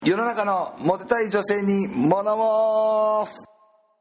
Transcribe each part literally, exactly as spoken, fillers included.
世の中のモテたい女性に物申す。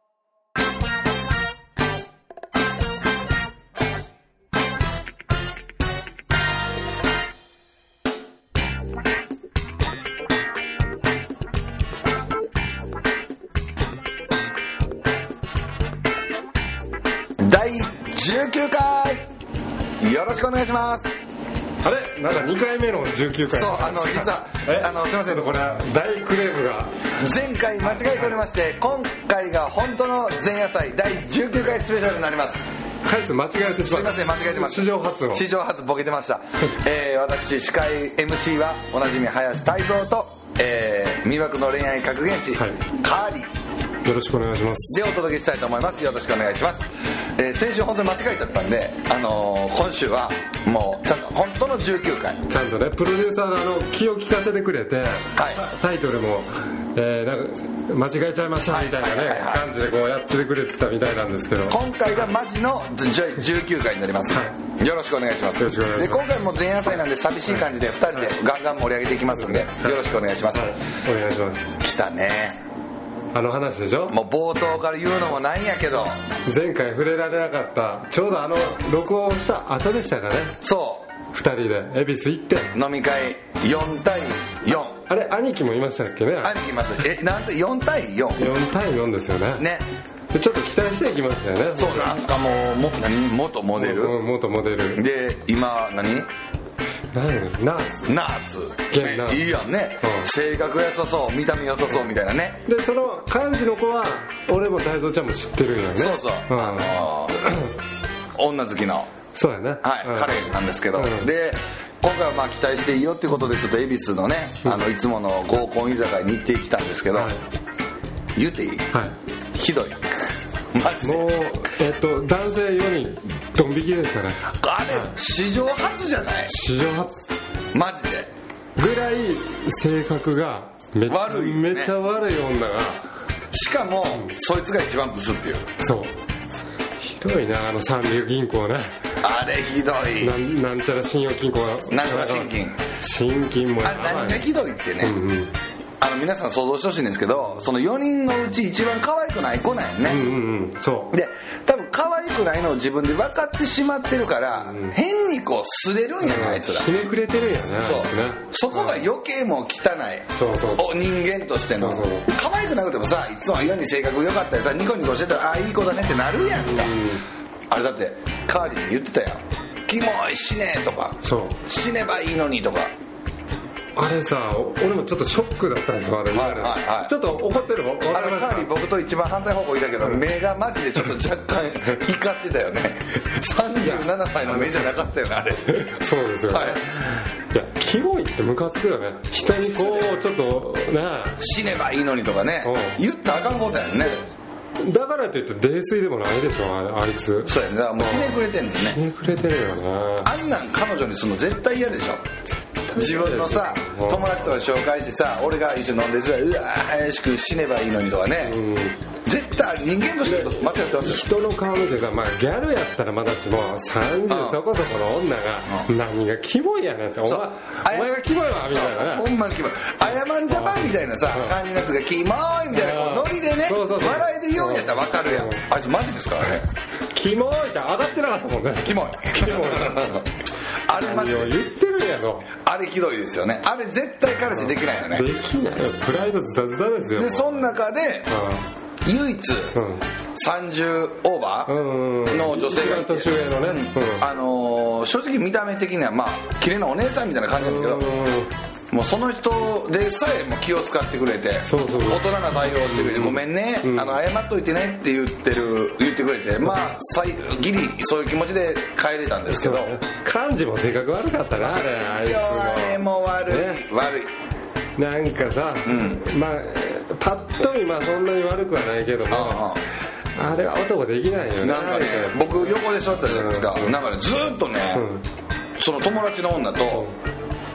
だいじゅうきゅうかい、よろしくお願いします。 あれなんかにかいめのじゅうきゅうかい。 そう、あの実はあのすいません、 これ大クレームが前回間違えておりまして、今回が本当の前夜祭だいじゅうきゅうかいスペシャルになります。 かえって間違えてしまった。 すいません、間違えてました。 史上初の史上初ボケてました、えー、私司会 エムシー はおなじみ林泰造と、えー、魅惑の恋愛格言師、はい、カーリーよろしくお願いしますでお届けしたいと思います。よろしくお願いします。えー、先週本当に間違えちゃったんで、あのー、今週はもうちゃんと本当のじゅうきゅうかいちゃんとね、プロデューサーがあの気を利かせてくれて、はい、タイトルも、えー、なんか間違えちゃいましたみたいなね、はいはいはいはい、感じでこうやってくれてたみたいなんですけど、 今回がマジのじゅうきゅうかいになります、はい、よろしくお願いします。 よろしくお願いします。 で今回も前夜祭なんで寂しい感じでふたりでガンガン盛り上げていきますんで、はい、よろしくお願いします、はい、 お願いします。 来たね、 あの話でしょ。 もう冒頭から言うのもなんやけど、 前回触れられなかったちょうどあの録音した後でしたかね。 そうふたりで恵比寿行って飲み会よんたいよん、 あれ兄貴もいましたっけね。 兄貴いました。え、なんてよんたいよんよんたいよんですよね。 ね、 でちょっと期待していきましたよね。 そう、なんかもうも何元モデル、 うん、元モデルで今何何ナースナースいいやんね、うん、性格良さそう、見た目良さそうみたいなね。 でその幹事の子は俺も泰造ちゃんも知ってるんよね。 そうそう、うん、あのー、女好きのそうやね、 はい、 うん、 彼なんですけど、うん、で今回はまあ期待していいよっていうことでちょっと恵比寿のね、あのいつもの合コン居酒屋に行ってきたんですけど、はい、言うていい、はい、ひどいマジでもう、えっと、男性よにんドン引きでしたね。 あれ、はい、史上初じゃない。 史上初マジでぐらい性格がめ悪い、 ね、めちゃ悪い女が、 しかも、うん、そいつが一番ブスっていう。 そうひどいな、あの三流銀行ね。 あれひどい。 な ん, なんちゃら信用金庫、 なんちゃら信金信金もやばい。 あれ何がひどいってね、うんうん、あの皆さん想像してほしいんですけど、そのよにんのうち一番可愛くない子なんよね、 うんうんうん、そうで多分可愛くないのを自分で分かってしまってるから、うん、変にこうすれるんやね、うん、あいつらひねくれてるんやね。 そう、ね、そこが余計もう汚い、 そうそうそう、 人間としての。 そうそう、 可愛くなくてもさ、いつも世に性格良かったりさ、ニコニコしてたらああいい子だねってなるやんか、うん、あれだってカーリーに言ってたやん、キモい死ねとか、そう死ねばいいのにとか。 あれさ、俺もちょっとショックだったんですよ、あれ、はいはいはい、ちょっと怒ってるもん。 あのカーリー僕と一番反対方向いたけど、うん、目がマジでちょっと若干怒ってたよねさんじゅうななさいの目じゃなかったよね、あれそうですよね、はい、いやキモいってムカつくよね、人にこうちょっとね死ねばいいのにとかね、言ったらあかんことやんね。 だからといって泥酔でもないでしょ、あいつ。 そうやね、だからもうひねくれてんのね。 ひねくれてるよね。 あんなん彼女にするの絶対嫌でしょ。自分のさ友達とか紹介してさ、俺が一緒に飲んでさ、うわ怪しく死ねばいいのにとかね、うん、絶対人間として間違ってますよ。 人の顔見てさ、まあ、ギャルやったらまだしもさんじゅうそこそこの女が何がキモいやねんって、お前、お前がキモいわみたいなね、 ほんまにキモい、アヤマンジャパンみたいなさ感じのやつがキモいみたいなノリでね、そうそうそう、笑いで言うんやったら分かるやん。あいつマジですからね、 キモいって上がってなかったもんね。 キモいキモいあれマジで言ってるやろ。 あれひどいですよね。あれ絶対彼氏できないよね。 できないよ、プライドズタズタですよ。 でその中で唯一さんじゅうオーバーの女性がいて、 年上のね、 あの正直見た目的にはまあ綺麗なお姉さんみたいな感じなんだけど、もうその人でさえも気を使ってくれて、 そうそうそう、 大人な対応をしてくれて、ごめんね、うん、あの謝っといてねって言ってる言ってくれて、まあギリそういう気持ちで帰れたんですけど、 幹事も性格悪かったな、あれ。あいつもあれも悪い、ね、悪いなんかさ、うん、まあパッと見まあそんなに悪くはないけども、ああ、あれは男できないよね。 なんかね、僕横で座ったじゃないですか、うん、なんかねずっとね、うん、その友達の女と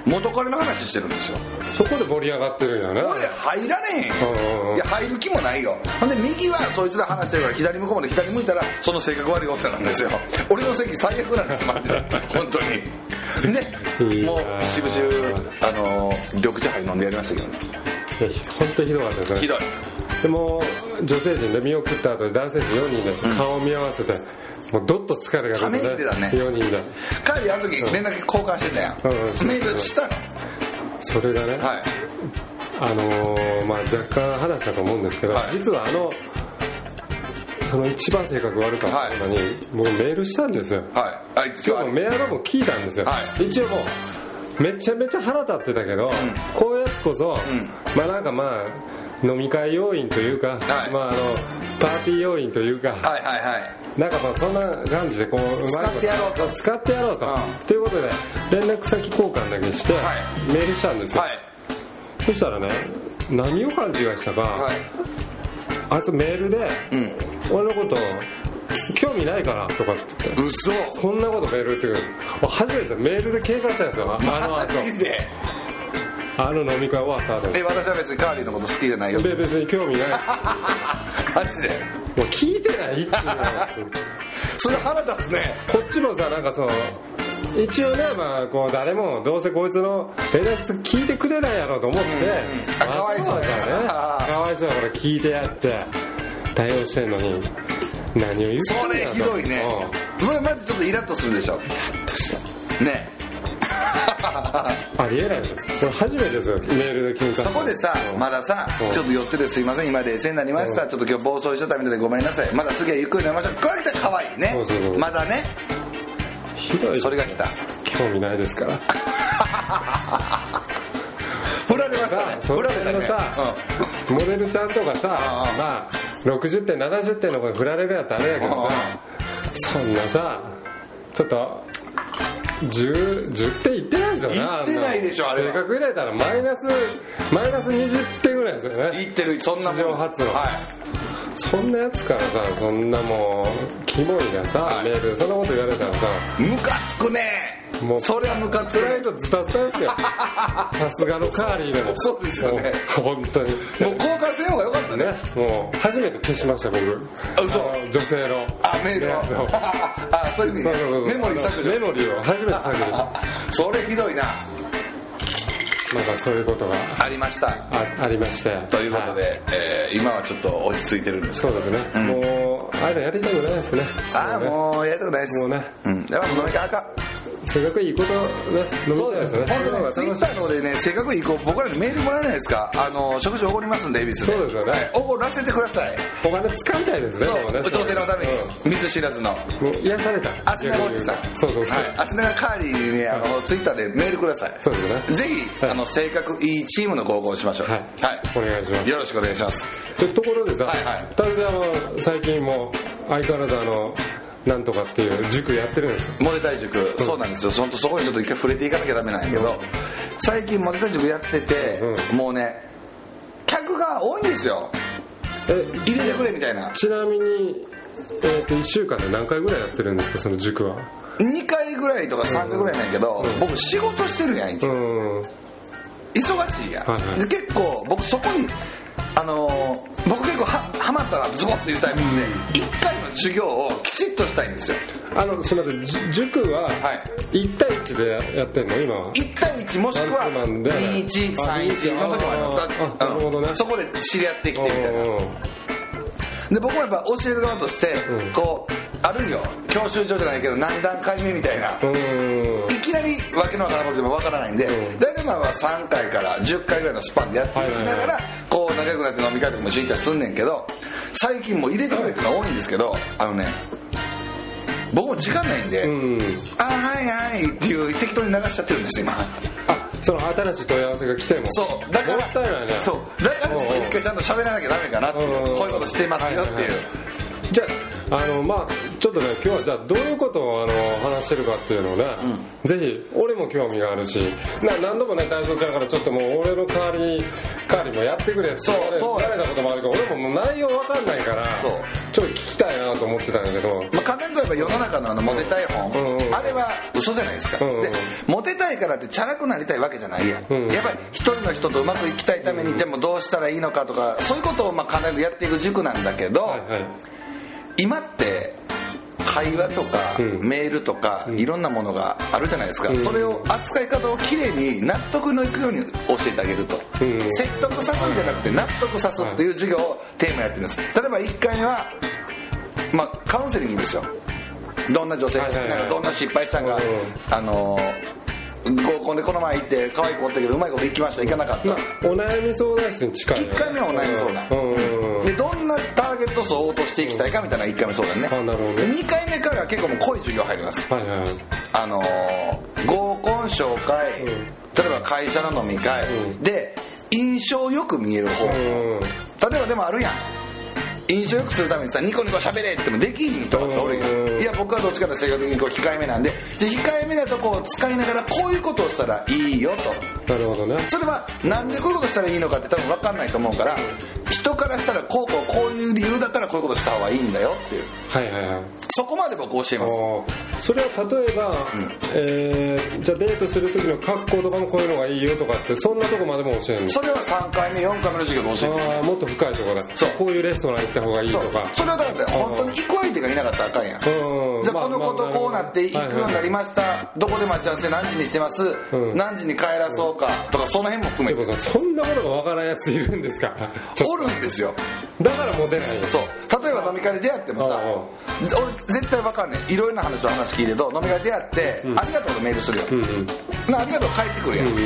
元彼の話してるんですよ。 そこで盛り上がってるんやね。 俺入らねえよ、うんうん、いや入る気もないよ。ほんで右はそいつら話してるから左向こうまで左向いたらその性格悪い女なんですよ。俺の席最悪なんですよマジで本当にね。もうしぶしぶあの緑茶杯飲んでやりましたけどね。 いや本当にひどかったですね。 ひどい。 でも女性陣で見送った後で男性陣よにんで顔を見合わせて、うん、もうどっと疲れが出て、ね、てたね、よにんで帰りあの時連絡交換してたやん、うんうん、メールしたの。それがね、はい、あのー、まあ若干話したと思うんですけど、はい、実はあのその一番性格悪かったのに、はい、もうメールしたんですよ、はい、あ今日もメアドも聞いたんですよ、はい、一応もうめちゃめちゃ腹立ってたけど、うん、こういうやつこそ、うん、まあなんかまあ飲み会要員というか、はい、まああのパーティー要員というか、はいはいはい、なんかまあそんな感じでこううまいこと使ってやろうと使ってやろうと、うん、ということで連絡先交換だけして、はい、メールしたんですよ、はい、そしたらね何を勘違いしたか、はい、あいつメールで、うん、俺のこと興味ないからとかって言って嘘そんなことメールっていう初めてメールで経過したんですよ。あの後マジであの飲み会終わった後え私は別にカーリーのこと好きじゃないよ。 別に興味ないマジでもう聞いてないっていうそれ腹立つね。 こっちもさなんかそう一応ねまあこう誰もどうせこいつの連絡聞いてくれないやろうと思って、 うん、かわいそうだからねかわいそうだから聞いてやって対応してんのに何を言ってんそれひどいね、うん、それマジちょっとイラッとするでしょ。イラッとしたねありえないですよ。これ初めてですよメールで聞いた。 そこでさ、うん、まださ、うん、ちょっと寄っててすいません今冷静になりました、うん、ちょっと今日暴走しちゃったみたいでごめんなさいまだ次はゆっくり飲みましょう。こうやって可愛いね。そうそうそうまだねひどいそれが来た。 興味ないですから振られましたね。 振られたねさ、うん、モデルちゃんとかさ、うん、まあろくじゅってんななじゅってんの子に振られるやったらあれやけどさ、うん、そんなさちょっとじゅう, じゅってんいってないですよね。 いってないでしょあれは。 正確入れたらマイナスマイナスにじゅってんぐらいですよね。 いってるそんなもん史上初の、はい、そんなやつからさそんなもうキモいがさ、はい、メールでそんなこと言われたらさムカつくね。もうそれはムカつくプライドズタズタですよさすがのカーリーでもそうですよね本当にもう交換せん方がよかったね。 もう初めて消しました僕。 あ嘘女性のあメールをあそういう意味でそうそうそうメモリー削除メモリーを初めて削除したそれひどいな。 なんかそういうことがありましたあ, ありましてということで、はいえー、今はちょっと落ち着いてるんですけどそうですね、うん、もうああいうのやりたくないですね。 ああもうやりたくないですもうねうんでも飲み会あかん性格いいことね飲みたいですよね。 本当にツイッターのでね性格いい子僕らにメールもらえないですか。あの食事おごりますんで恵比寿で。 そうですよね、はい、 おごらせてください。 お金使いたいですね。 そう女性のために、うん、見ず知らずのもう癒された足長おじさんそうそうそう、はい、 足長カーリーにねあの、はい、ツイッターでメールください。 そうですねぜひ、はい、あの性格いいチームの合コンしましょう。はい、 はい、お願いします。 よろしくお願いします。 ところでさ、はいはい、タルちゃんは最近も相変わらずあのなんとかっていう塾やってるんですモネタイ塾、うん、そうなんですよ。そ, そこにちょっと一回触れていかなきゃダメなんやけど、うん、最近モネタイ塾やってて、うん、もうね客が多いんですよ。え入れてくれみたいな。 ちなみに、えー、といっしゅうかんで何回ぐらいやってるんですかその塾は。 にかいぐらいとかさんかいぐらいなんやけど、うん、僕仕事してるやん一応、うん、忙しいやん、はいはい、で結構僕そこにあのー、僕結構 は, はまったなズボッというタイミングでいっかいの授業をきちっとしたいんですよ。 あのすみません塾はいち対いちでやってんの今は。 いち対いちもしくはにいちさんいちの時もあります。あなるほど、ね、そこで知り合ってきてみたいな。で僕もやっぱ教える側としてこう、うん、あるんよ教習所じゃないけど何段階目みたいな。いきなりわけのわからないことでもわからないんで、うん、大体まあさんかいからじゅっかいぐらいのスパンでやっていきながらこう仲良くなって飲み会とかも一緒に行ったりすんねんけど最近もう入れてくれってのが多いんですけどあのね僕も時間ないんで、うん、あはいはいっていう適当に流しちゃってるんです今。 あその新しい問い合わせが来てもそうだからもったいないね。 そうだからちょっと一回ちゃんと喋らなきゃダメかなっていうこういうことしてますよっていう、はいはいはい、 じゃああのまあちょっとね今日はじゃあどういうことをあの話してるかっていうのをね、うん、ぜひ俺も興味があるしな何度もね大将ちゃんからちょっともう俺の代わりに代かりもやってくれって言われたこともあるけど、俺ももう内容わかんないからちょっと聞きたいなと思ってたんだけど、 まあ、簡単に言えば世の中のあのモテたい本、うんうん、あれは嘘じゃないですか、うんうん、でモテたいからってチャラくなりたいわけじゃないや、うんうん、やっぱり一人の人とうまくいきたいために、うんうん、でもどうしたらいいのかとかそういうことをまあ必ずやっていく塾なんだけど、はいはい、今って会話とか、うん、メールとか、うん、いろんなものがあるじゃないですか、うん、それを扱い方をきれいに納得のいくように教えてあげると、うん、説得さすんじゃなくて納得さすっていう授業をテーマやってるんです。例えばいっかいめは、まあ、カウンセリングですよ。どんな女性が好きなのか、どんな失敗したんか、あの合コンでこの前行って可愛い子おったけどうまいこと行きました行かなかった、まあ、 お悩み相談室に近い、ね、 いっかいめはお悩み相談、うんうん、でどんなターゲット層を落としていきたいかみたいなのがいっかいめ相談ね、うん、あなるほどね。にかいめからは結構もう濃い授業入ります、はいはいはい、あのー、合コン紹介、うん、例えば会社の飲み会、うん、で印象よく見える方法、うん、例えばでもあるやん、印象よくするためにさニコニコ喋れってもできひん人がおるやん。いや僕はどっちかというと性格的にこう控えめなんで、じゃ控えめなとこを使いながらこういうことをしたらいいよと。 なるほどね。 それはなんでこういうことしたらいいのかって多分分かんないと思うから、人からしたらこうこうこういう理由だからこういうことした方がいいんだよっていう、はいはいはい、そこまで僕教えます。 それは例えば、うんえー、じゃあデートする時の格好とかもこういうのがいいよとかってそんなとこまでも教えるの？ それはさんかいめよんかいめの授業で教えてる。 あもっと深いところだ。そうこういうレストラン行った方がいいとか。 それはだから本当に行く相手がいなかったらあかんやん。じゃあこの子とこうなって行くようになりました、はいはい、どこで待ち合わせ何時にしてます、うん、何時に帰らそうかとかその辺も含めて。 でもそんなことが分からんやついるんですか？ おるんですよ。 だからモテないよ。 そう例えば飲み会で出会ってもさ、俺絶対分かんねん。いろいろな話と話聞いてると飲み会で出会って、うん、ありがとうとメールするよ、うんうん、なありがとう帰ってくるやん、うんうん、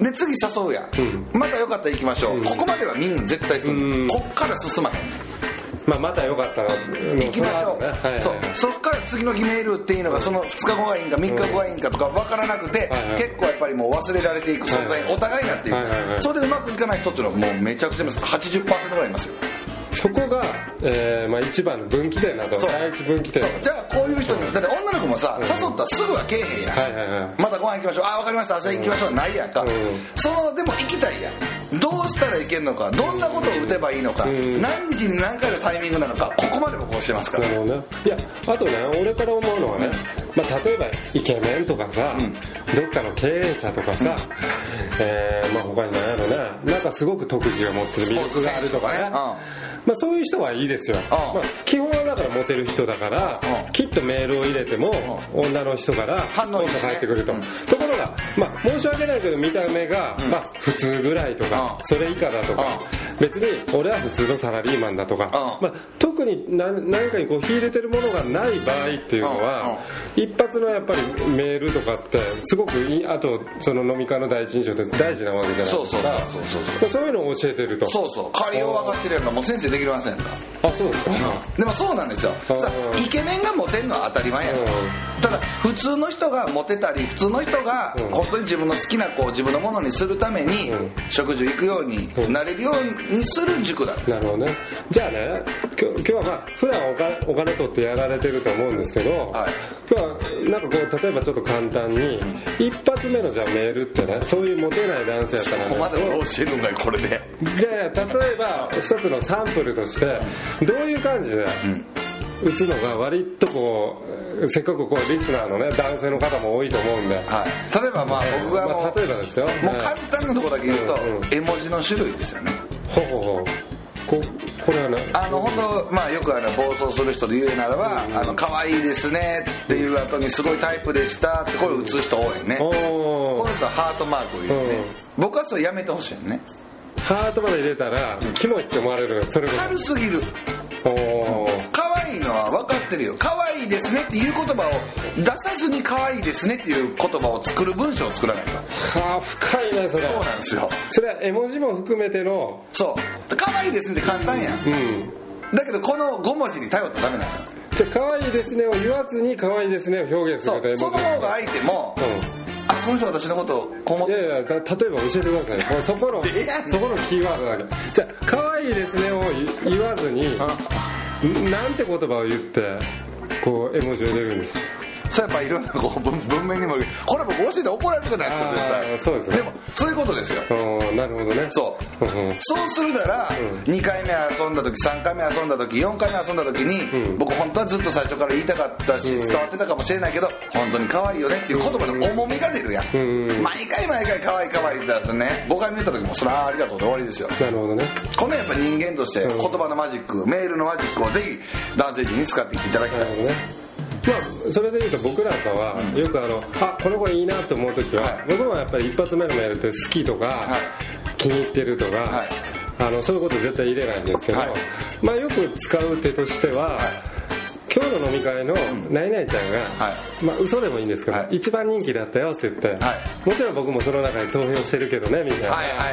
で次誘うやん、うん、またよかったら行きましょう、うん、ここまではみんな絶対する、うん、こっから進まへん。 まあ、またよかったら行きましょう、ねはいはい、そうそっから次の日メールっていうのがそのふつかごがいいんかみっかごがいいんかとか分からなくて、はいはい、結構やっぱりもう忘れられていく存在にお互いになっていく、はいはいはい、それでうまくいかない人っていうのはもうめちゃくちゃいます。 はちじゅっパーセント ぐらいいますよ。 そこが、えーまあ、一番の分岐点など第一分岐点。 じゃあこういう人に、うん、だって女の子もさ、うん、誘ったらすぐはけえへんやん、はいはいはい、またご飯行きましょう、ああ分かりました明日行きましょう、ないやんか、うん、そのでも行きたいやん。どうしたらいけるのか、どんなことを打てばいいのか、うん、何日に何回のタイミングなのか、ここまで僕教えますから。 なるほどね。いやあとね俺から思うのはね、うんまあ、例えばイケメンとかさ、うん、どっかの経営者とかさ、うんえーまあ、他に何やろね、なんかすごく特技を持ってる魅力があるとかね、うんまあ、そういう人はいいですよ、まあ、基本はだからモテる人だからきっとメールを入れても女の人から反応が返ってくると、うん、ところが、まあ、申し訳ないけど見た目が、うんまあ、普通ぐらいとかそれ以下だとか別に俺は普通のサラリーマンだとか、まあ、特に何, 何かにこう秀でてるものがない場合っていうのは一発のやっぱりメールとかってすごくいい。あとその飲み会の第一印象って大事なわけじゃないですか。そういうのを教えてるとそうそう仮を分かってるやんかもう先生できませんか。 あそうですか、 うん、でもそうなんですよ。さイケメンがモテるのは当たり前やん、うん、ただ普通の人がモテたり普通の人が本当に自分の好きな子を自分のものにするために食事行くようになれるようにする塾なんです。 なるほどね。じゃあね今日、今日はまあ普段お金、お金取ってやられてると思うんですけど、はい、今日はなんかこう例えばちょっと簡単に、うん、一発目のじゃあメールってねそういうモテない男性やったらねそこまで教えるんかいこれで。 じゃあ例えば一つのサンプルとしてどういう感じで打つのが割とこうせっかくこうリスナーのね男性の方も多いと思うんで、 はい、例えばまあ僕がもう、まあ、 例えばですよもう簡単なところだけ言うと、うんうん、絵文字の種類ですよね。 ほうほうほうこ, これはねあの本当まあよくあの暴走する人で言うならば、うん、あの可愛いですねっていう後にすごいタイプでしたってこれ打つ人多いね。この人はハートマークを入れて、ね、うん、僕はそれやめてほしいよね。 ハートまで入れたら、うん、キモいって思われる。それ軽すぎる。お可愛いのは分かってるよ。可愛いですねっていう言葉を出さずに可愛いですねっていう言葉を作る文章を作らないか。 はあ深いねそれ。 そうなんですよ。 それは絵文字も含めてのそう可愛いですねって簡単やん、うん、だけどこのご文字に頼ったらダメなのよ。 じゃあ可愛いですねを言わずに可愛いですねを表現するとその方が相手も、うんあこの人私のことをこう思って。 いやいや例えば教えてください。もうそこのそこのキーワードだけ。じゃあ可愛いですねを言わずになんて言葉を言ってこう絵文字を入れるんですか。 そそうやっぱいろんなこう 文, 文面にもこれ僕教えて怒られるじゃないですか絶対。 そうですね。 でもそういうことですよ。 なるほどね。 そう、うん、そうするなら、うん、にかいめ遊んだ時さんかいめ遊んだ時よんかいめ遊んだ時に、うん、僕本当はずっと最初から言いたかったし、うん、伝わってたかもしれないけど本当に可愛いよねっていう言葉の重みが出るやん、うん、毎回毎回可愛い可愛いって言ったらねごかいめ言った時もそれはありがとうで終わりですよ。 なるほどね。 このやっぱ人間として言葉のマジック、うん、メールのマジックをぜひ男性陣に使っていっていただきたい。なるほどね。 まあ、それでいうと僕なんかはよくあの、うん、あこの子いいなと思う時は、はい、僕もやっぱり一発目のメールって好きとか、はい、気に入ってるとか、はい、あのそういうこと絶対入れないんですけど、はい、まあ、よく使う手としては、はい、今日の飲み会のナイナイちゃんが、はい、まあ、嘘でもいいんですけど、はい、一番人気だったよって言って、はい、もちろん僕もその中に投票してるけどねみたいな、 はいはいはいはい、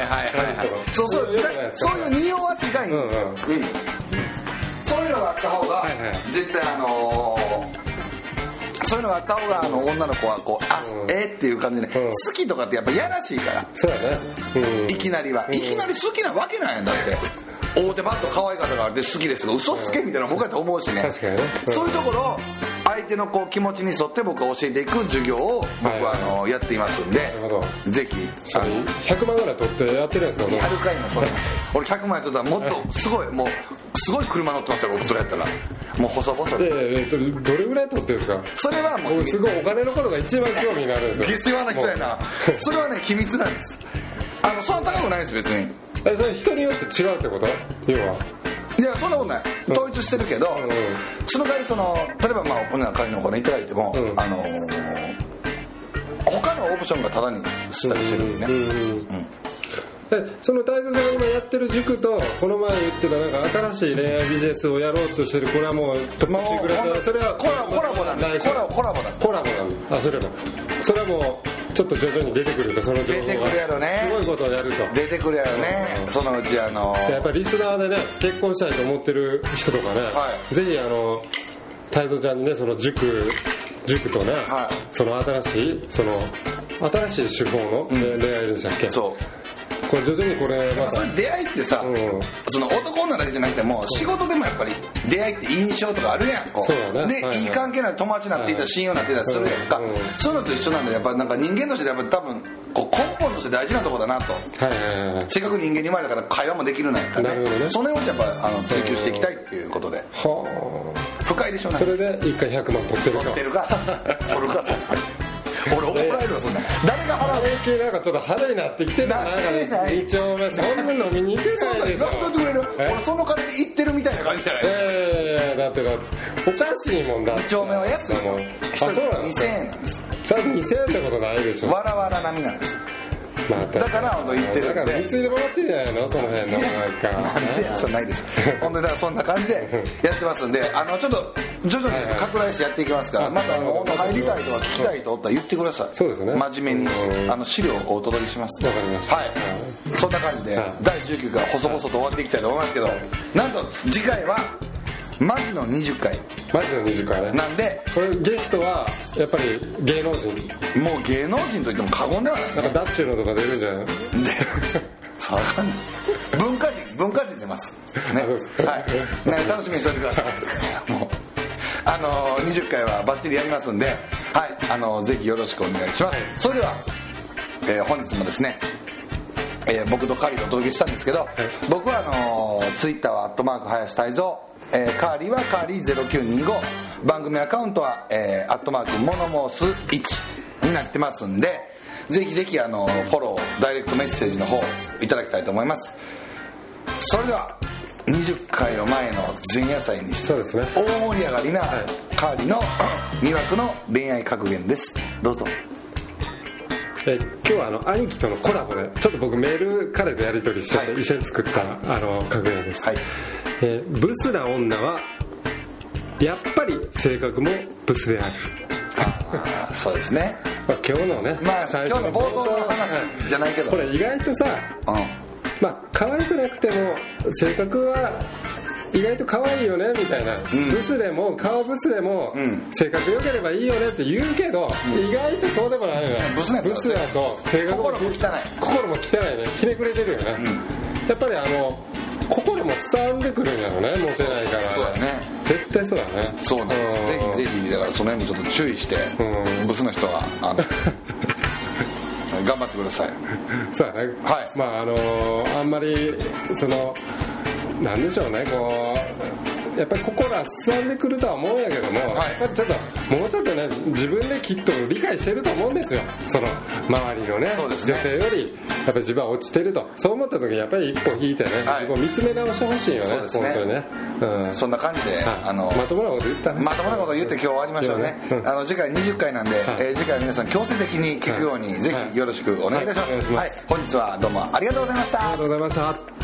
そうそう、そういう匂わしがいいんですよ、うんうん、そういうのがあった方が、はいはい、絶対あのーそういうのがあった方があの女の子はこうあ、うん、えっていう感じで、ね、うん、好きとかってやっぱやらしいから。 そうやね、 うん、いきなりは、うん、いきなり好きなわけないんだって大手バッと可愛い方があって好きですが嘘つけみたいな僕はと思うしね、 確かにね、うん、 そういうところを相手のこう気持ちに沿って僕は教えていく授業を僕はあのやっていますんで、ぜひあのひゃくまんぐらい取ってやってるんですか。 やるかいなそれ俺ひゃくまん取ったらもっとすごいもうすごい車乗ってますよ僕それやったらもう細々で、 えー、どれぐらい取ってるんですか。 それはもうすごいお金のことが一番興味があるんですよ。 下世話な人やなそれはね秘密なんです。あのそんな高くないです別に。 えそれ人によって違うってこと。要はいやそんなことない統一してるけど、うん、その代わりその例えばまあお金のお金いただいても、うん、あのー、他のオプションがタダにしたりしてるんでね、うんうんうんうん、その太蔵さんが今やってる塾とこの前言ってたなんか新しい恋愛ビジネスをやろうとしてるこれはもうトップシークレット。それはコラコラボなんです。コラボコラボなんです。 コラボなんだ。あそれはそれはもうちょっと徐々に出てくるとその情報が出てくるやろね。 すごいことをやると出てくるやろね、うん、そのうちあのー、 やっぱりリスナーでね結婚したいと思ってる人とかね、はい、ぜひあの太蔵ちゃんにねその塾塾とね、はい、その新しいその新しい手法の恋愛でしたっけ、うん、そうこれ徐々にこれまた出会いってさ、うん、その男女だけじゃなくても仕事でもやっぱり出会いって印象とかあるやんこうそうだね、で、はいはい、いい関係な友達になっていたら親友になっていたりするやんか、うんうん、そういうのと一緒なんでやっぱなんか人間としてやっぱ多分こう根本として大事なところだなと、はいはいはい、せっかく人間に生まれたから会話もできるなんやから ね, ねそのようにやっぱあの追求していきたいっていうことで、はあ、深いでしょうね。 それでいっかいひゃくまん取ってるか取ってるか取るか俺怒られるわそんな誰が払うの。 最近なんかちょっと派手になってきてるな。なんかに丁目そんな飲みに行けないでしょ。 そんな俺その金で行ってるみたいな感じじゃない。 えー、だってだおかしいもんだって。 に丁目は安いのひとりにせんえんなんですよ。 それにせんえんってことないでしょ。 わらわら並みなんです。まあ、だから本当言ってるんでだから貢いでもらってんじゃないのその辺のなんかなんでそうないです本当にだからそんな感じでやってますんであのちょっと徐々に拡大してやっていきますから、はいはい、またあの入りたいとか聞きたいと思ったら言ってください。 そうですね真面目にあの資料をお届けします。 わかりました。 はい、そんな感じで、はい、だいじゅうきゅうかい細々と終わっていきたいと思いますけど、はい、なんと次回はマジのにじゅっかいマジのにじゅっかいね。 なんでこれゲストはやっぱり芸能人もう芸能人といっても過言ではない、ね、 なんかダッチューのとか出るんじゃないのでそうかんない文化人文化人出ますね、はい、ね、楽しみにしておいてくださいもうあのにじゅっかいはバッチリやりますんで、はい、あのぜひよろしくお願いします。それでは、えー、本日もですねえー、僕とカーリーでお届けしたんですけど、はい、僕はあのー、ツイッターはアットマーク林泰造、えー、カーリーはカーリーゼロきゅうにご、番組アカウントは、えー、アットマークモノモースいちになってますんで、ぜひぜひあのフォローダイレクトメッセージの方いただきたいと思います。それではにじゅっかいを前の前夜祭にして、 そうですね、 大盛り上がりな、はい、カーリーの魅惑の恋愛格言です。どうぞ。 え今日はあの兄貴とのコラボでちょっと僕メール彼とやり取りしてて、はい、一緒に作ったあの格言です、はい、えー、ブスな女はやっぱり性格もブスである。 あそうですね、 まあ、今日のね、 まあ、今日の冒頭の話じゃないけど、 これ意外とさ、うん、まあ可愛くなくても性格は意外と可愛いよねみたいな、うん、ブスでも顔ブスでも、うん、性格良ければいいよねって言うけど、うん、意外とそうでもないのよ。 ブスだと性格も心も汚い心も汚いね、ひねくれてるよね、うん、やっぱりあの心も伝わんでくるんやろね、モテないから、 そうだね、 絶対そうだね。 そうなんですよ。ぜひぜひだからその辺もちょっと注意して、ブスの人はあの頑張ってください。 そうだね。はい。まああのあんまりそのなんでしょうね、こうやっぱりここらすさんでくるとは思うんやけども、はい、やっぱりちょっともうちょっとね自分できっと理解してると思うんですよ。その周りの ね, ね女性よりやっぱり自分は落ちてると、そう思った時にやっぱり一歩引いてね、はい、自分を見つめ直してほしいよね。そうですね。本当にね。うん、そんな感じで、はい、あのまともなこと言ったね。まともなこと言って今日終わりましょうね。ね、うん、あの次回にじゅっかいなんで、はい、えー、次回は皆さん強制的に聞くように、はい、ぜひよろしくお願いいたします。はい、はい、本日はどうもありがとうございました。 ありがとうございました。